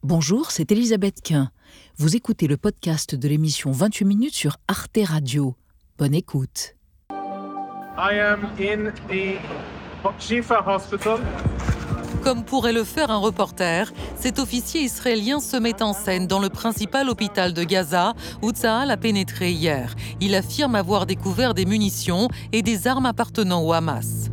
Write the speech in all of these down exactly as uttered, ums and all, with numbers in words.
Bonjour, c'est Elisabeth Quint. Vous écoutez le podcast de l'émission vingt-huit minutes sur Arte Radio. Bonne écoute. I am in the Shifa Hospital. Comme pourrait le faire un reporter, cet officier israélien se met en scène dans le principal hôpital de Gaza où Tsahal a pénétré hier. Il affirme avoir découvert des munitions et des armes appartenant au Hamas.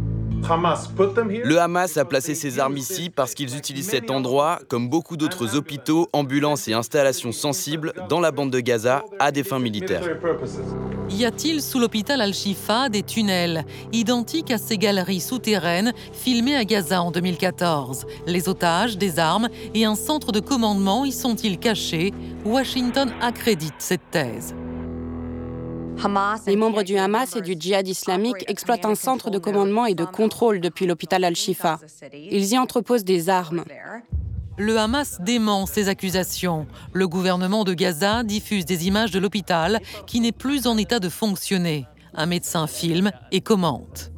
Le Hamas a placé ses armes ici parce qu'ils utilisent cet endroit, comme beaucoup d'autres hôpitaux, ambulances et installations sensibles dans la bande de Gaza, à des fins militaires. Y a-t-il sous l'hôpital Al-Shifa des tunnels, identiques à ces galeries souterraines filmées à Gaza en deux mille quatorze? Les otages, des armes et un centre de commandement y sont-ils cachés? Washington accrédite cette thèse. Les membres du Hamas et du djihad islamique exploitent un centre de commandement et de contrôle depuis l'hôpital Al-Shifa. Ils y entreposent des armes. Le Hamas dément ces accusations. Le gouvernement de Gaza diffuse des images de l'hôpital qui n'est plus en état de fonctionner. Un médecin filme et commente.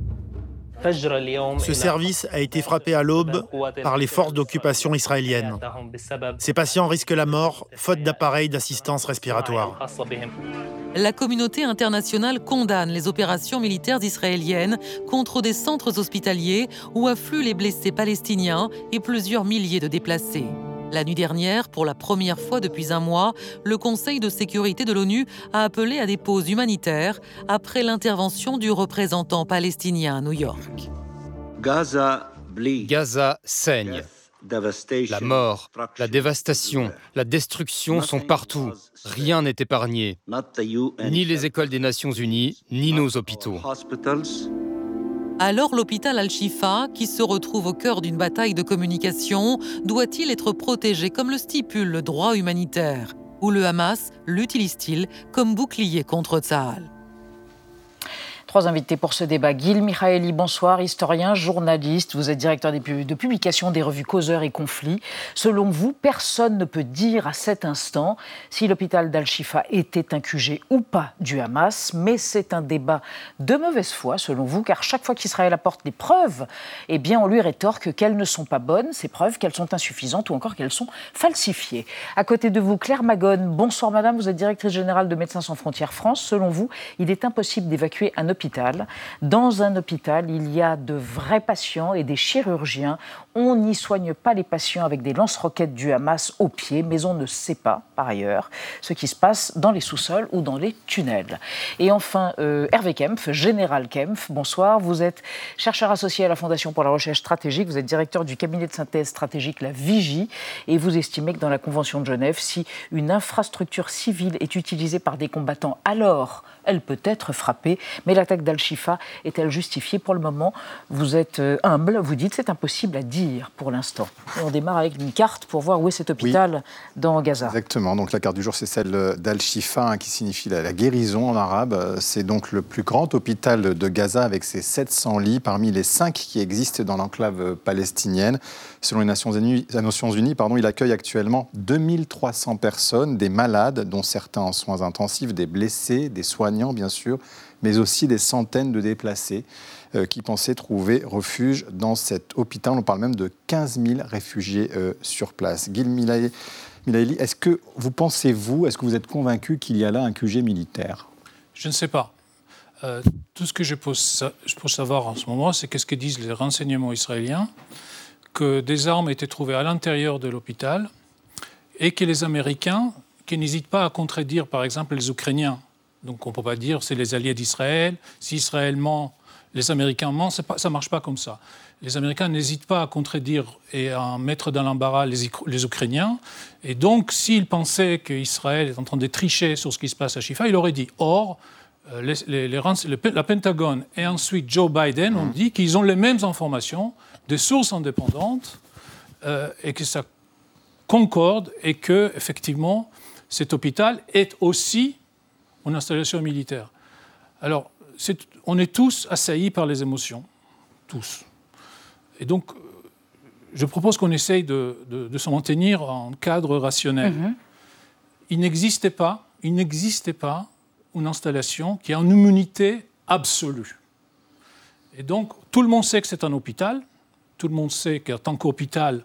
Ce service a été frappé à l'aube par les forces d'occupation israéliennes. Ces patients risquent la mort, faute d'appareils d'assistance respiratoire. La communauté internationale condamne les opérations militaires israéliennes contre des centres hospitaliers où affluent les blessés palestiniens et plusieurs milliers de déplacés. La nuit dernière, pour la première fois depuis un mois, le Conseil de sécurité de l'ONU a appelé à des pauses humanitaires après l'intervention du représentant palestinien à New York. Gaza saigne. La mort, la dévastation, la destruction sont partout. Rien n'est épargné. Ni les écoles des Nations Unies, ni nos hôpitaux. Alors l'hôpital Al-Shifa, qui se retrouve au cœur d'une bataille de communication, doit-il être protégé comme le stipule le droit humanitaire? Ou le Hamas l'utilise-t-il comme bouclier contre Tsahal? Trois invités pour ce débat. Gil Michaeli, bonsoir, historien, journaliste. Vous êtes directeur de publication des revues Causeur et Conflit. Selon vous, personne ne peut dire à cet instant si l'hôpital d'Al-Shifa était un Q G ou pas du Hamas, mais c'est un débat de mauvaise foi, selon vous, car chaque fois qu'Israël apporte des preuves, eh bien, on lui rétorque qu'elles ne sont pas bonnes, ces preuves, qu'elles sont insuffisantes ou encore qu'elles sont falsifiées. À côté de vous, Claire Magone, bonsoir madame, vous êtes directrice générale de Médecins sans frontières France. Selon vous, il est impossible d'évacuer un hôpital. Dans un hôpital, il y a de vrais patients et des chirurgiens. On n'y soigne pas les patients avec des lance-roquettes du Hamas aux pieds, mais on ne sait pas, par ailleurs, ce qui se passe dans les sous-sols ou dans les tunnels. Et enfin, euh, Hervé Kempf, général Kempf, bonsoir. Vous êtes chercheur associé à la Fondation pour la recherche stratégique. Vous êtes directeur du cabinet de synthèse stratégique La Vigie. Et vous estimez que dans la Convention de Genève, si une infrastructure civile est utilisée par des combattants, alors elle peut être frappée. Mais l'attaque d'Al-Shifa est-elle justifiée? Pour le moment, vous êtes euh, humble, vous dites c'est impossible à dire pour l'instant. Et on démarre avec une carte pour voir où est cet hôpital oui, dans Gaza. Exactement, donc la carte du jour c'est celle d'Al-Shifa hein, qui signifie la, la guérison en arabe. C'est donc le plus grand hôpital de Gaza avec ses sept cents lits parmi les cinq qui existent dans l'enclave palestinienne. Selon les Nations Unies, les Nations Unies pardon, il accueille actuellement deux mille trois cents personnes, des malades dont certains en soins intensifs, des blessés, des soignants bien sûr, mais aussi des centaines de déplacés euh, qui pensaient trouver refuge dans cet hôpital. On parle même de quinze mille réfugiés euh, sur place. Gil Michaeli, est-ce que vous pensez, vous, est-ce que vous êtes convaincu qu'il y a là un Q G militaire? Je ne sais pas. Euh, tout ce que je peux, je peux savoir en ce moment, c'est qu'est-ce que disent les renseignements israéliens, que des armes étaient trouvées à l'intérieur de l'hôpital et que les Américains, qui n'hésitent pas à contredire, par exemple, les Ukrainiens. Donc on ne peut pas dire que c'est les alliés d'Israël. Si Israël ment, les Américains mentent, c'est pas, ça ne marche pas comme ça. Les Américains n'hésitent pas à contredire et à mettre dans l'embarras les, les Ukrainiens. Et donc, s'ils pensaient qu'Israël est en train de tricher sur ce qui se passe à Shifa, il aurait dit. Or, les, les, les, les, la Pentagone et ensuite Joe Biden ont dit qu'ils ont les mêmes informations, des sources indépendantes, euh, et que ça concorde et que, effectivement, cet hôpital est aussi une installation militaire. Alors, c'est, on est tous assaillis par les émotions, tous. Et donc, je propose qu'on essaye de, de, de s'en tenir en cadre rationnel. Mm-hmm. Il n'existait pas, il n'existait pas une installation qui a une immunité absolue. Et donc, tout le monde sait que c'est un hôpital, tout le monde sait qu'en tant qu'hôpital,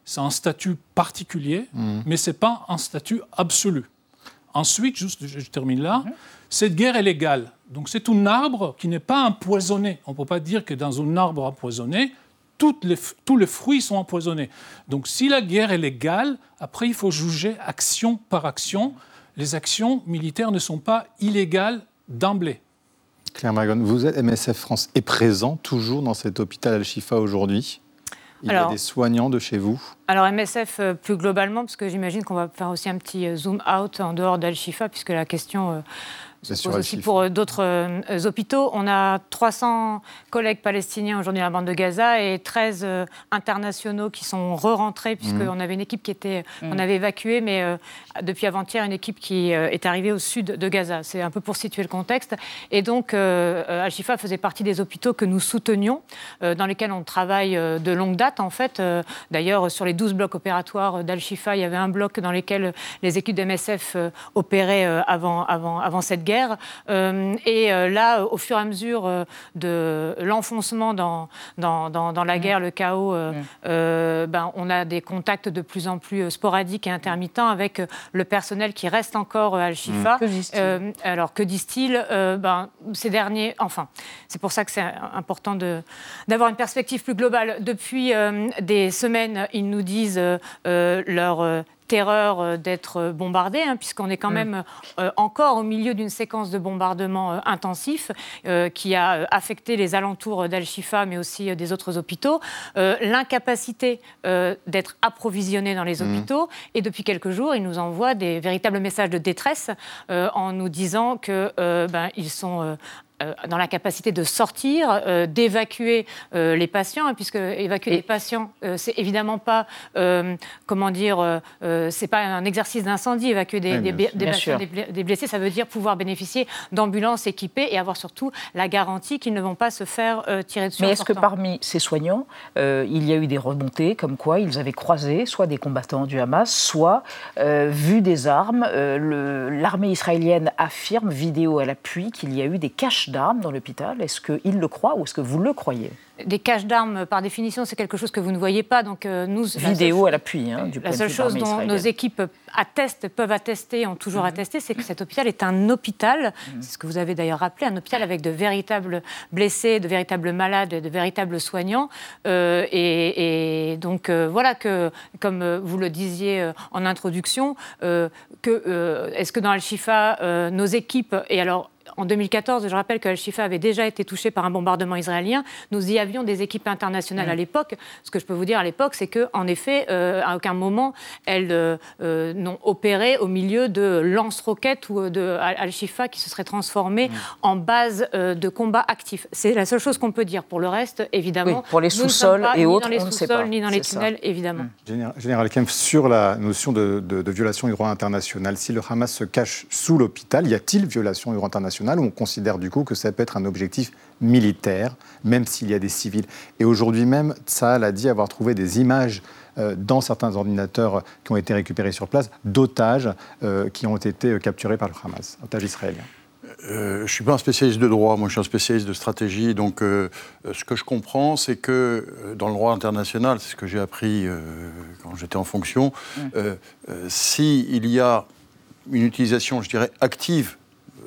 c'est un statut particulier, mmh. mais ce n'est pas un statut absolu. Ensuite, juste, je, je termine là, mmh. cette guerre est légale. Donc c'est un arbre qui n'est pas empoisonné. On ne peut pas dire que dans un arbre empoisonné, toutes les, tous les fruits sont empoisonnés. Donc si la guerre est légale, après il faut juger action par action. Les actions militaires ne sont pas illégales d'emblée. Claire Magone, vous êtes M S F France est présent toujours dans cet hôpital Al-Shifa aujourd'hui. Il alors, y a des soignants de chez vous. Alors M S F euh, plus globalement, parce que j'imagine qu'on va faire aussi un petit euh, zoom out en dehors d'Al-Shifa, puisque la question euh, se pose aussi pour euh, d'autres euh, hôpitaux. On a trois cents collègues palestiniens aujourd'hui dans la bande de Gaza et treize euh, internationaux qui sont re-rentrés, puisqu'on mmh. avait une équipe qui était, mmh. on avait évacué, mais euh, depuis avant-hier, une équipe qui euh, est arrivée au sud de Gaza. C'est un peu pour situer le contexte. Et donc, euh, Al-Shifa faisait partie des hôpitaux que nous soutenions, euh, dans lesquels on travaille euh, de longue date, en fait. Euh, d'ailleurs, sur les douze blocs opératoires d'Al-Shifa, il y avait un bloc dans lequel les équipes de M S F euh, opéraient euh, avant, avant, avant cette guerre. Euh, et euh, là, au fur et à mesure euh, de l'enfoncement dans, dans, dans, dans la guerre, mmh. le chaos, euh, mmh. euh, ben, on a des contacts de plus en plus sporadiques et intermittents avec le personnel qui reste encore à Al-Shifa. Mmh. Que disent-ils euh, Alors, que disent-ils euh, ben, Ces derniers... Enfin, c'est pour ça que c'est important de, d'avoir une perspective plus globale. Depuis euh, des semaines, ils nous disent euh, euh, leur... Euh, terreur d'être bombardé, hein, puisqu'on est quand mmh. même euh, encore au milieu d'une séquence de bombardements euh, intensifs euh, qui a euh, affecté les alentours d'Al-Shifa, mais aussi euh, des autres hôpitaux. Euh, l'incapacité euh, d'être approvisionné dans les mmh. hôpitaux. Et depuis quelques jours, ils nous envoient des véritables messages de détresse euh, en nous disant qu'ils euh, ben, sont... Euh, Euh, dans la capacité de sortir, euh, d'évacuer euh, les patients, hein, puisque évacuer et... les patients, euh, c'est évidemment pas, euh, comment dire, euh, c'est pas un exercice d'incendie. Évacuer des, oui, des, des patients, des, des blessés, ça veut dire pouvoir bénéficier d'ambulances équipées et avoir surtout la garantie qu'ils ne vont pas se faire euh, tirer dessus. Mais est-ce que parmi ces soignants, euh, il y a eu des remontées comme quoi ils avaient croisé soit des combattants du Hamas, soit euh, vu des armes euh, le, l'armée israélienne affirme, vidéo à l'appui, qu'il y a eu des caches d'armes dans l'hôpital. Est-ce qu'il le croit ou est-ce que vous le croyez ? Des caches d'armes, par définition, c'est quelque chose que vous ne voyez pas. Donc, euh, nous, vidéo chose, à l'appui, hein, du point de vue La seule chose dont nos équipes attestent, peuvent attester, ont toujours mmh. attesté, c'est que cet hôpital est un hôpital, mmh. c'est ce que vous avez d'ailleurs rappelé, un hôpital avec de véritables blessés, de véritables malades, de véritables soignants. Euh, et, et donc, euh, voilà que, comme vous le disiez euh, en introduction, euh, que, euh, est-ce que dans Al-Shifa, euh, nos équipes, et alors, en deux mille quatorze, je rappelle que Al-Shifa avait déjà été touché par un bombardement israélien. Nous y avions des équipes internationales mmh. à l'époque. Ce que je peux vous dire à l'époque, c'est qu'en effet, euh, à aucun moment, elles euh, euh, n'ont opéré au milieu de lance-roquettes ou de Al-Shifa qui se serait transformé mmh. en base euh, de combat actif. C'est la seule chose qu'on peut dire. Pour le reste, évidemment, oui, pour les sous-sols et autres, on ne sait pas. Ni dans les tunnels, évidemment. Mmh. Général Kempf, sur la notion de, de, de violation du droit international, si le Hamas se cache sous l'hôpital, y a-t-il violation du droit international ? Où on considère du coup que ça peut être un objectif militaire, même s'il y a des civils. Et aujourd'hui même, Tsahal a dit avoir trouvé des images euh, dans certains ordinateurs qui ont été récupérés sur place, d'otages euh, qui ont été capturés par le Hamas, otages israéliens. Euh, je ne suis pas un spécialiste de droit, moi je suis un spécialiste de stratégie, donc euh, ce que je comprends, c'est que euh, dans le droit international, c'est ce que j'ai appris euh, quand j'étais en fonction, euh, euh, s'il y a une utilisation, je dirais, active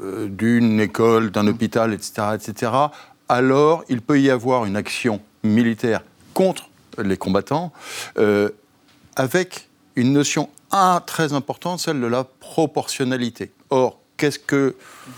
d'une école, d'un hôpital, et cetera, et cetera, alors il peut y avoir une action militaire contre les combattants euh, avec une notion un, très importante, celle de la proportionnalité. Or, qu'est-ce que...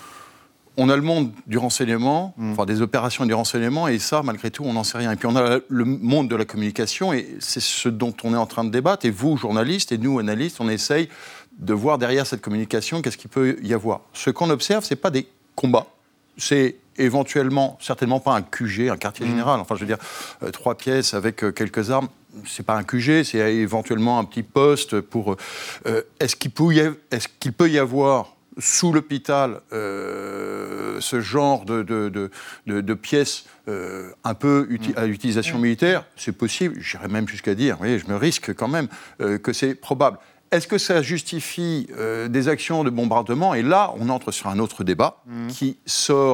On a le monde du renseignement, mmh. enfin des opérations du renseignement, et ça, malgré tout, on n'en sait rien. Et puis on a le monde de la communication, et c'est ce dont on est en train de débattre, et vous, journalistes, et nous, analystes, on essaye de voir derrière cette communication qu'est-ce qu'il peut y avoir. Ce qu'on observe, ce n'est pas des combats, c'est éventuellement, certainement pas un Q G, un quartier mmh. général, enfin je veux dire, euh, trois pièces avec euh, quelques armes, c'est pas un Q G, c'est éventuellement un petit poste pour... Euh, est-ce qu'il peut y avoir, est-ce qu'il peut y avoir sous l'hôpital euh, ce genre de, de, de, de, de pièces euh, un peu uti- à utilisation mmh. militaire? C'est possible, j'irais même jusqu'à dire, vous voyez, je me risque quand même, euh, que c'est probable. Est-ce que ça justifie euh, des actions de bombardement? Et là, on entre sur un autre débat mmh. qui sort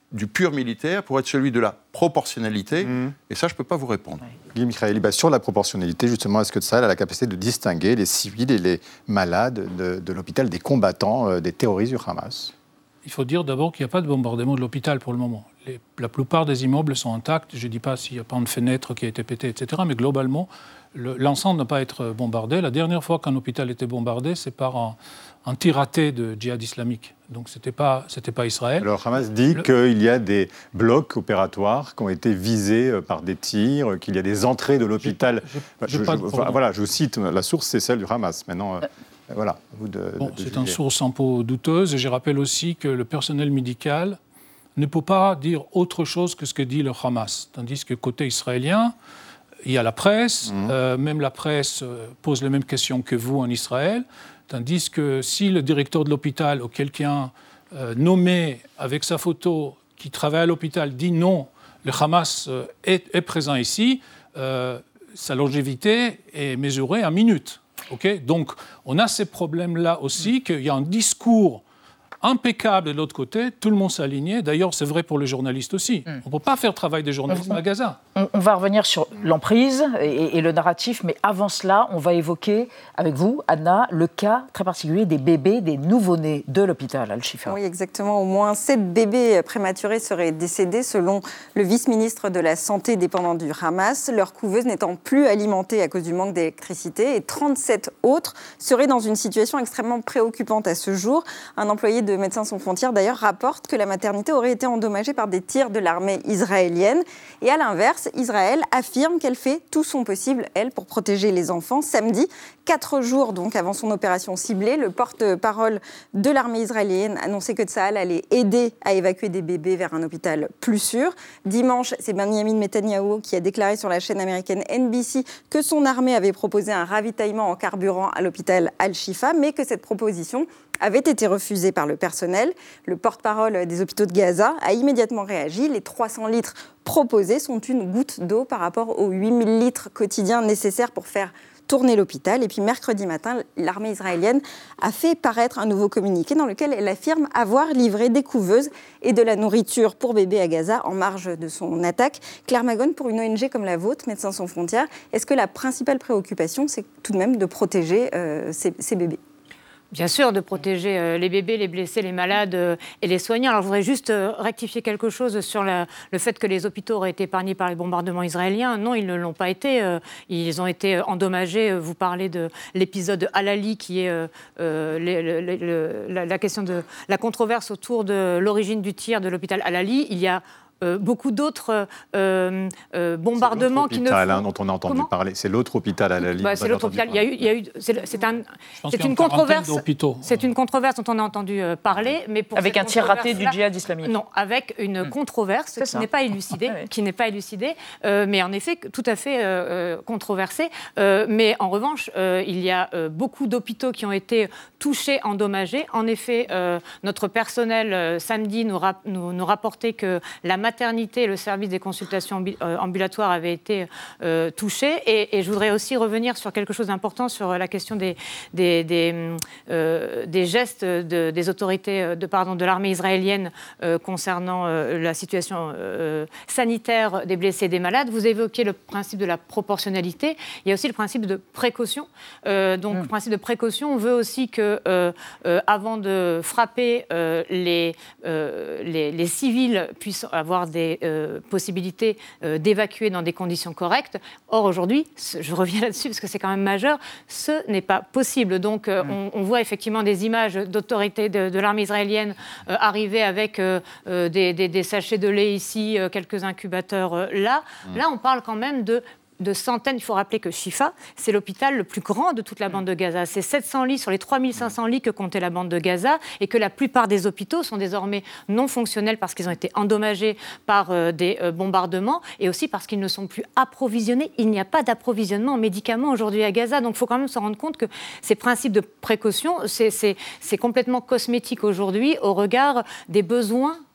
du pur militaire pour être celui de la proportionnalité, mmh. et ça, je ne peux pas vous répondre. Guy Michaëli, bah sur la proportionnalité, justement, est-ce que Tsahal a la capacité de distinguer les civils et les malades de, de l'hôpital, des combattants, euh, des terroristes du Hamas? Il faut dire d'abord qu'il n'y a pas de bombardement de l'hôpital pour le moment. Les, la plupart des immeubles sont intacts. Je ne dis pas s'il n'y a pas une fenêtre qui a été pétée, et cetera, mais globalement, le, l'ensemble n'a pas été bombardé. La dernière fois qu'un hôpital était bombardé, c'est par un, un tir raté de djihad islamique. Donc, ce n'était pas, c'était pas Israël. Alors, Hamas dit le... qu'il y a des blocs opératoires qui ont été visés par des tirs, qu'il y a des entrées de l'hôpital. J'ai, j'ai, je, je, je, voilà, je vous cite, la source, c'est celle du Hamas. Maintenant, euh, euh, voilà. Vous de, bon, de c'est juger. Une source un peu douteuse. Et je rappelle aussi que le personnel médical ne peut pas dire autre chose que ce que dit le Hamas. Tandis que côté israélien, il y a la presse, mmh. euh, même la presse pose les mêmes questions que vous en Israël. Tandis que si le directeur de l'hôpital ou quelqu'un euh, nommé avec sa photo qui travaille à l'hôpital dit non, le Hamas euh, est, est présent ici, euh, sa longévité est mesurée en minutes. Okay? Donc on a ces problèmes-là aussi, qu'il y a un discours impeccable de l'autre côté, tout le monde s'est aligné. D'ailleurs, c'est vrai pour les journalistes aussi. Mm. On ne peut pas faire travail des journalistes on, à Gaza. On, on va revenir sur l'emprise et, et le narratif, mais avant cela, on va évoquer avec vous, Anna, le cas très particulier des bébés, des nouveau-nés de l'hôpital Al-Shifa. Oui, exactement. Au moins sept bébés prématurés seraient décédés, selon le vice-ministre de la Santé dépendant du Hamas, leur couveuse n'étant plus alimentée à cause du manque d'électricité. Et trente-sept autres seraient dans une situation extrêmement préoccupante à ce jour. Un employé de Médecins sans frontières, d'ailleurs, rapporte que la maternité aurait été endommagée par des tirs de l'armée israélienne. Et à l'inverse, Israël affirme qu'elle fait tout son possible, elle, pour protéger les enfants. Samedi, quatre jours donc avant son opération ciblée, le porte-parole de l'armée israélienne annonçait que Tsahal allait aider à évacuer des bébés vers un hôpital plus sûr. Dimanche, c'est Benjamin Netanyahou qui a déclaré sur la chaîne américaine N B C que son armée avait proposé un ravitaillement en carburant à l'hôpital Al-Shifa, mais que cette proposition avait été refusée par le personnel. Le porte-parole des hôpitaux de Gaza a immédiatement réagi. Les trois cents litres proposés sont une goutte d'eau par rapport aux huit mille litres quotidiens nécessaires pour faire tourner l'hôpital. Et puis mercredi matin, l'armée israélienne a fait paraître un nouveau communiqué dans lequel elle affirme avoir livré des couveuses et de la nourriture pour bébés à Gaza en marge de son attaque. Claire Magone, pour une O N G comme la vôtre, Médecins sans frontières, est-ce que la principale préoccupation, c'est tout de même de protéger euh, ces, ces bébés ? Bien sûr, de protéger euh, les bébés, les blessés, les malades euh, et les soignants. Alors, je voudrais juste euh, rectifier quelque chose sur la, le fait que les hôpitaux auraient été épargnés par les bombardements israéliens. Non, ils ne l'ont pas été. Euh, ils ont été endommagés. Vous parlez de l'épisode Al-Ali, qui est euh, euh, le, le, le, la, la question de la controverse autour de l'origine du tir de l'hôpital Al-Ali. Il y a Euh, beaucoup d'autres euh, euh, bombardements qui ne font... Hein, dont on a entendu Comment parler. C'est l'autre hôpital à la ligne. Bah, c'est l'autre hôpital. Il y a eu, il y a eu, c'est, c'est, un, c'est une controverse. C'est une controverse dont on a entendu euh, parler, mais pour avec un tir raté du djihad islamique. Non, avec une mmh. controverse c'est qui ça. n'est pas élucidée, ah, ouais. qui n'est pas élucidée, euh, mais en effet tout à fait euh, controversée. Euh, mais en revanche, euh, il y a euh, beaucoup d'hôpitaux qui ont été touchés, endommagés. En effet, euh, notre personnel euh, samedi nous, rap- nous, nous rapportait que la maternité, le service des consultations ambulatoires avait été euh, touché. Et, et je voudrais aussi revenir sur quelque chose d'important sur la question des, des, des, euh, des gestes de, des autorités de, pardon, de l'armée israélienne euh, concernant euh, la situation euh, sanitaire des blessés et des malades. Vous évoquez le principe de la proportionnalité. Il y a aussi le principe de précaution. Euh, donc, mmh. le principe de précaution veut aussi que, euh, euh, avant de frapper, euh, les, euh, les, les civils puissent avoir des euh, possibilités euh, d'évacuer dans des conditions correctes. Or, aujourd'hui, je reviens là-dessus parce que c'est quand même majeur, ce n'est pas possible. Donc, euh, mmh. on, on voit effectivement des images d'autorités de, de l'armée israélienne euh, arriver avec euh, euh, des, des, des sachets de lait ici, euh, quelques incubateurs euh, là. Mmh. Là, on parle quand même de de centaines. Il faut rappeler que Shifa, c'est l'hôpital le plus grand de toute la bande de Gaza. C'est sept cents lits sur les trois mille cinq cents lits que comptait la bande de Gaza et que la plupart des hôpitaux sont désormais non fonctionnels parce qu'ils ont été endommagés par euh, des euh, bombardements et aussi parce qu'ils ne sont plus approvisionnés. Il n'y a pas d'approvisionnement en médicaments aujourd'hui à Gaza. Donc il faut quand même se rendre compte que ces principes de précaution, c'est, c'est, c'est complètement cosmétique aujourd'hui au regard des besoins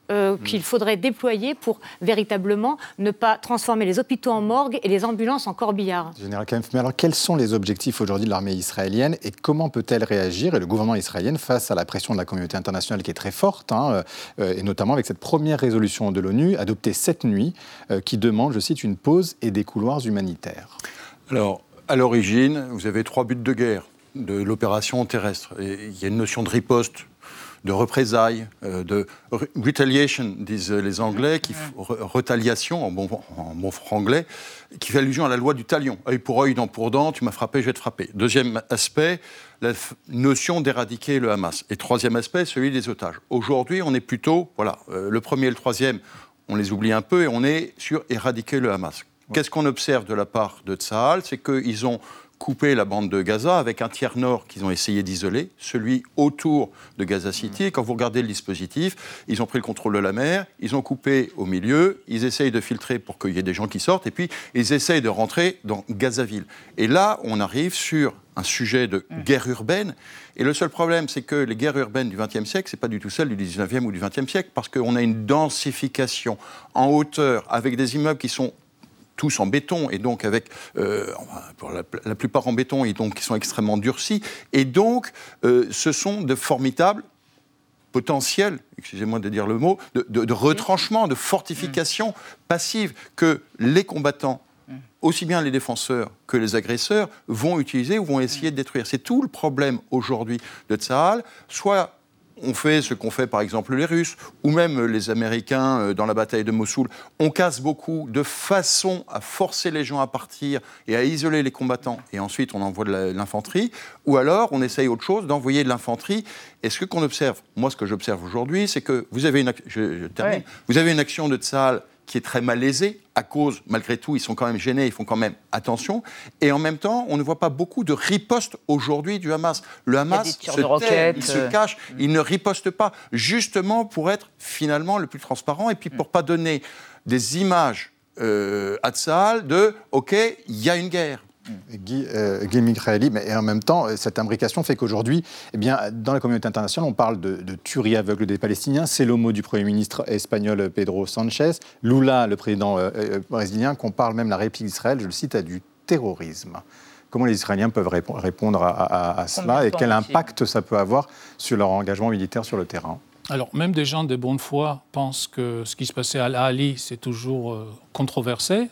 euh, qu'il faudrait déployer pour véritablement ne pas transformer les hôpitaux en morgue et les ambulances en corbillards. Général Kempf, mais alors quels sont les objectifs aujourd'hui de l'armée israélienne et comment peut-elle réagir, et le gouvernement israélien, face à la pression de la communauté internationale qui est très forte, hein, euh, et notamment avec cette première résolution de l'ONU adoptée cette nuit euh, qui demande, je cite, une pause et des couloirs humanitaires. Alors, à l'origine, vous avez trois buts de guerre de l'opération terrestre. Et il y a une notion de riposte, de représailles, euh, de re- retaliation, disent les Anglais, qui f- re- retaliation, en bon, en bon franglais, qui fait allusion à la loi du talion. Œil pour œil, dent pour dent, tu m'as frappé, je vais te frapper. Deuxième aspect, la f- notion d'éradiquer le Hamas. Et troisième aspect, celui des otages. Aujourd'hui, on est plutôt, voilà, euh, le premier et le troisième, on les oublie un peu, et on est sur éradiquer le Hamas. Ouais. Qu'est-ce qu'on observe de la part de Tsahal ? C'est qu'ils ont coupé la bande de Gaza avec un tiers nord qu'ils ont essayé d'isoler, celui autour de Gaza City. Et quand vous regardez le dispositif, ils ont pris le contrôle de la mer, ils ont coupé au milieu, ils essayent de filtrer pour qu'il y ait des gens qui sortent, et puis ils essayent de rentrer dans Gazaville. Et là, on arrive sur un sujet de guerre urbaine. Et le seul problème, c'est que les guerres urbaines du vingtième siècle, ce n'est pas du tout celles du dix-neuvième ou du vingtième siècle, parce qu'on a une densification en hauteur avec des immeubles qui sont tous en béton, et donc avec, euh, pour la, la plupart en béton, et donc qui sont extrêmement durcis. Et donc, euh, ce sont de formidables potentiels, excusez-moi de dire le mot, de, de, de retranchement, de fortification mmh. passive que les combattants, mmh. aussi bien les défenseurs que les agresseurs, vont utiliser ou vont essayer de détruire. C'est tout le problème aujourd'hui de Tsahal, soit on fait ce qu'ont fait par exemple les Russes, ou même les Américains dans la bataille de Mossoul. On casse beaucoup de façon à forcer les gens à partir et à isoler les combattants, et ensuite on envoie de la, l'infanterie, ou alors on essaye autre chose, d'envoyer de l'infanterie. Et ce qu'on observe, moi ce que j'observe aujourd'hui, c'est que vous avez une, je, je termine, ouais. vous avez une action de Tsahal qui est très malaisée, à cause, malgré tout, ils sont quand même gênés, ils font quand même attention. Et en même temps, on ne voit pas beaucoup de riposte aujourd'hui du Hamas. Le Hamas se tait, il se cache, euh... il ne riposte pas, justement pour être finalement le plus transparent, et puis pour ne pas donner des images euh, à Tsahal de « OK, il y a une guerre ». Guy, euh, Guy Michaeli, mais en même temps, cette imbrication fait qu'aujourd'hui, eh bien, dans la communauté internationale, on parle de, de tuerie aveugle des Palestiniens. C'est le mot du Premier ministre espagnol Pedro Sánchez. Lula, le président euh, brésilien, compare même la République d'Israël, je le cite, à du terrorisme. Comment les Israéliens peuvent répondre à, à, à cela et quel impact ça peut avoir sur leur engagement militaire sur le terrain ? Alors, même des gens de bonne foi pensent que ce qui se passait à Al-Ali, c'est toujours euh, controversé.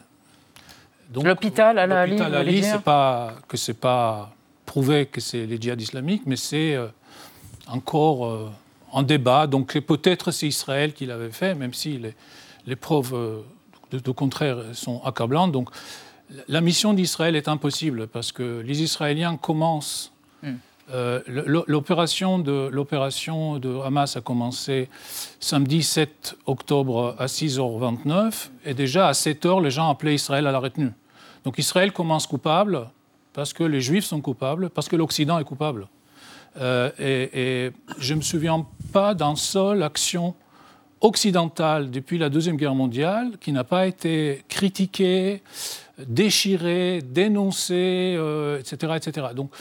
Donc, l'hôpital à la l'hôpital Ali, c'est pas que c'est pas prouvé que c'est les djihadistes islamiques, mais c'est euh, encore euh, en débat. Donc peut-être c'est Israël qui l'avait fait, même si les, les preuves euh, de, de contraire sont accablantes. Donc la mission d'Israël est impossible parce que les Israéliens commencent. Mm. Euh, l'opération de, l'opération de Hamas a commencé samedi sept octobre à six heures vingt-neuf et déjà à sept heures, les gens appelaient Israël à la retenue. Donc Israël commence coupable parce que les Juifs sont coupables, parce que l'Occident est coupable. Euh, et, et je ne me souviens pas d'une seule action occidentale depuis la Deuxième Guerre mondiale qui n'a pas été critiquée, déchirée, dénoncée, euh, et cetera, et cetera. Donc,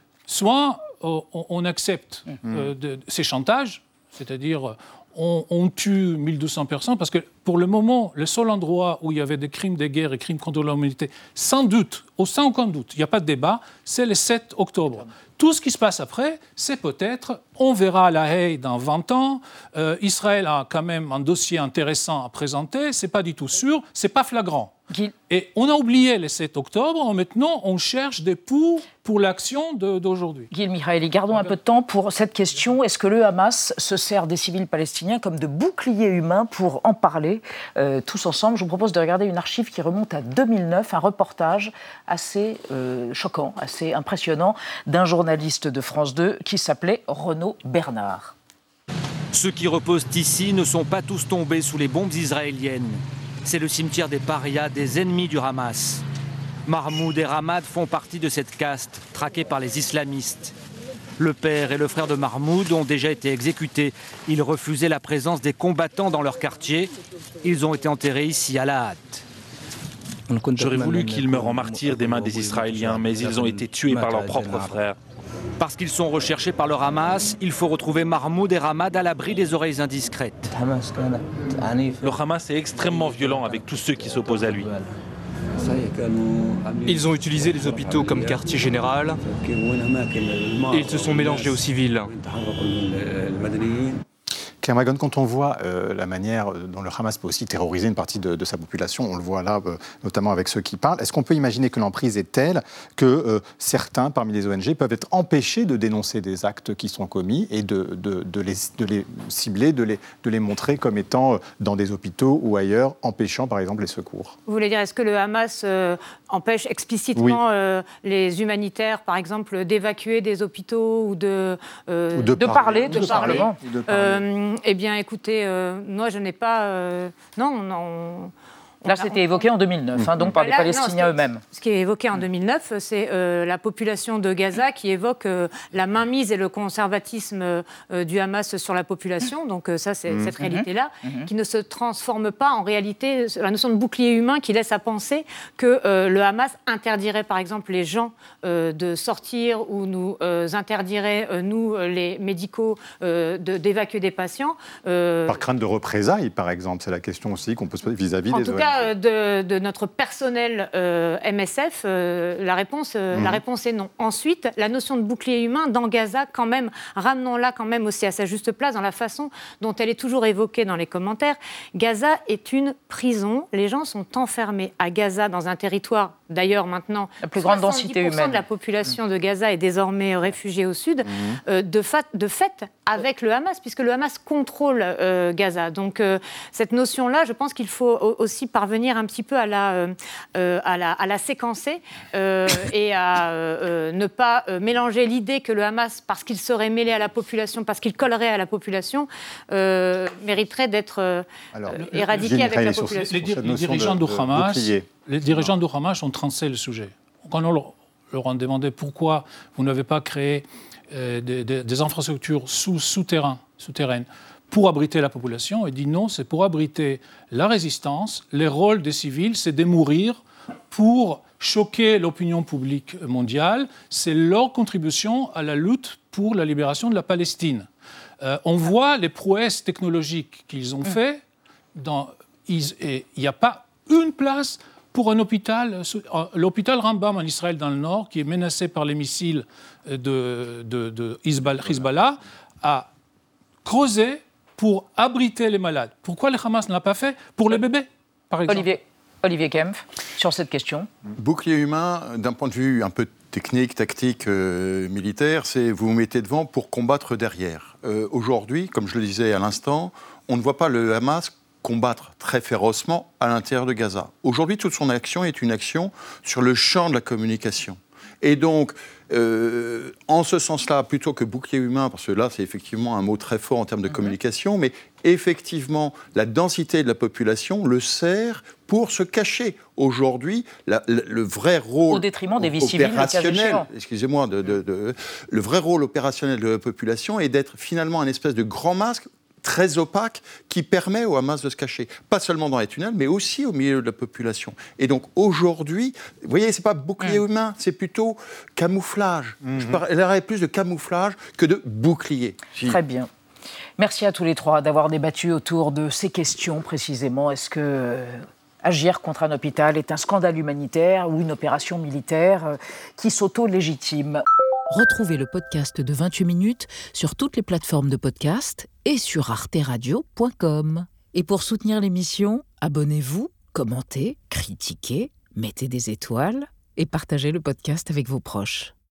soit euh, on, on accepte euh, de, de ces chantages, c'est-à-dire on, on tue mille deux cents personnes, parce que pour le moment, le seul endroit où il y avait des crimes de guerre et crimes contre l'humanité, sans doute, sans aucun doute, il n'y a pas de débat, c'est le sept octobre. Tout ce qui se passe après, c'est peut-être, on verra à La Haye dans vingt ans, euh, Israël a quand même un dossier intéressant à présenter, c'est pas du tout sûr, c'est pas flagrant. Qui... Et on a oublié le sept octobre, maintenant on cherche des poux pour l'action de, d'aujourd'hui. Gil Michaeli, gardons un peu de temps pour cette question. Est-ce que le Hamas se sert des civils palestiniens comme de bouclier humain pour en parler euh, tous ensemble? Je vous propose de regarder une archive qui remonte à deux mille neuf, un reportage assez euh, choquant, assez impressionnant d'un journaliste de France deux qui s'appelait Renaud Bernard. Ceux qui reposent ici ne sont pas tous tombés sous les bombes israéliennes. C'est le cimetière des parias, des ennemis du Hamas. Mahmoud et Ramad font partie de cette caste, traquée par les islamistes. Le père et le frère de Mahmoud ont déjà été exécutés. Ils refusaient la présence des combattants dans leur quartier. Ils ont été enterrés ici, à la hâte. J'aurais voulu qu'ils meurent en martyrs des mains des Israéliens, mais ils ont été tués par leurs propres frères. Parce qu'ils sont recherchés par le Hamas, il faut retrouver Mahmoud et Ramad à l'abri des oreilles indiscrètes. Le Hamas est extrêmement violent avec tous ceux qui s'opposent à lui. Ils ont utilisé les hôpitaux comme quartier général et ils se sont mélangés aux civils. Claire Magon, quand on voit euh, la manière dont le Hamas peut aussi terroriser une partie de, de sa population, on le voit là, euh, notamment avec ceux qui parlent, est-ce qu'on peut imaginer que l'emprise est telle que euh, certains, parmi les O N G, peuvent être empêchés de dénoncer des actes qui sont commis et de, de, de, les, de les cibler, de les, de les montrer comme étant euh, dans des hôpitaux ou ailleurs, empêchant par exemple les secours? Vous voulez dire, est-ce que le Hamas euh, empêche explicitement oui. euh, les humanitaires, par exemple, d'évacuer des hôpitaux ou de, euh, ou de, de parler, de, de parler, parler. De parler. Euh, Eh bien, écoutez, euh, moi, je n'ai pas... Euh, non, non... Là, c'était évoqué en deux mille neuf, hein, donc par les Palestiniens non, eux-mêmes. Ce qui est évoqué en deux mille neuf, c'est euh, la population de Gaza qui évoque euh, la mainmise et le conservatisme euh, du Hamas sur la population. Donc euh, ça, c'est mmh. cette réalité-là, mmh. qui ne se transforme pas en réalité. La notion de bouclier humain qui laisse à penser que euh, le Hamas interdirait, par exemple, les gens euh, de sortir ou nous euh, interdirait, euh, nous, les médicaux, euh, de, d'évacuer des patients. Euh, par crainte de représailles, par exemple. C'est la question aussi qu'on peut se poser vis-à-vis des O N G. De, de notre personnel euh, M S F, euh, la, réponse, euh, mmh. la réponse est non. Ensuite, la notion de bouclier humain dans Gaza, quand même, ramenons-la quand même aussi à sa juste place dans la façon dont elle est toujours évoquée dans les commentaires. Gaza est une prison. Les gens sont enfermés à Gaza, dans un territoire, d'ailleurs maintenant, la plus grande densité humaine. soixante-dix pour cent de la population mmh. de Gaza est désormais réfugiée au sud, mmh. euh, de, fa- de fait avec le Hamas, puisque le Hamas contrôle euh, Gaza. Donc, euh, cette notion-là, je pense qu'il faut aussi parvenir un petit peu à la, euh, à la, à la séquencer euh, et à euh, ne pas euh, mélanger l'idée que le Hamas, parce qu'il serait mêlé à la population, parce qu'il collerait à la population, euh, mériterait d'être euh, Alors, éradiqué avec la population. Les, les dirigeants de, du Hamas, de les dirigeants du Hamas ont tranché le sujet. Quand on leur, leur a demandé pourquoi vous n'avez pas créé euh, des, des, des infrastructures sous, souterrain, souterraines pour abriter la population, il dit non, c'est pour abriter la résistance. Le rôle des civils, c'est de mourir pour choquer l'opinion publique mondiale. C'est leur contribution à la lutte pour la libération de la Palestine. Euh, on voit les prouesses technologiques qu'ils ont fait. Il n'y a pas une place pour un hôpital. L'hôpital Rambam en Israël dans le Nord, qui est menacé par les missiles de, de, de Hezbollah, a creusé pour abriter les malades. Pourquoi le Hamas ne l'a pas fait pour les bébés, par exemple? Olivier, Olivier Kempf, sur cette question. Bouclier humain, d'un point de vue un peu technique, tactique, euh, militaire, c'est vous vous mettez devant pour combattre derrière. Euh, aujourd'hui, comme je le disais à l'instant, on ne voit pas le Hamas combattre très férocement à l'intérieur de Gaza. Aujourd'hui, toute son action est une action sur le champ de la communication. Et donc, euh, en ce sens-là, plutôt que bouclier humain, parce que là, c'est effectivement un mot très fort en termes de communication, mais effectivement, la densité de la population le sert pour se cacher. Aujourd'hui, la, la, le vrai rôle... Au détriment des vies civiles, opérationnel, excusez-moi, de, de, de, le vrai rôle opérationnel de la population est d'être finalement un espèce de grand masque très opaque qui permet au Hamas de se cacher, pas seulement dans les tunnels, mais aussi au milieu de la population. Et donc aujourd'hui, vous voyez, c'est pas bouclier mmh. humain, c'est plutôt camouflage. Mmh. Je parlerais plus de camouflage que de bouclier. Très bien. Merci à tous les trois d'avoir débattu autour de ces questions précisément. Est-ce que euh, agir contre un hôpital est un scandale humanitaire ou une opération militaire euh, qui s'auto-légitime ? Retrouvez le podcast de vingt-huit minutes sur toutes les plateformes de podcast et sur arte radio point com. Et pour soutenir l'émission, abonnez-vous, commentez, critiquez, mettez des étoiles et partagez le podcast avec vos proches.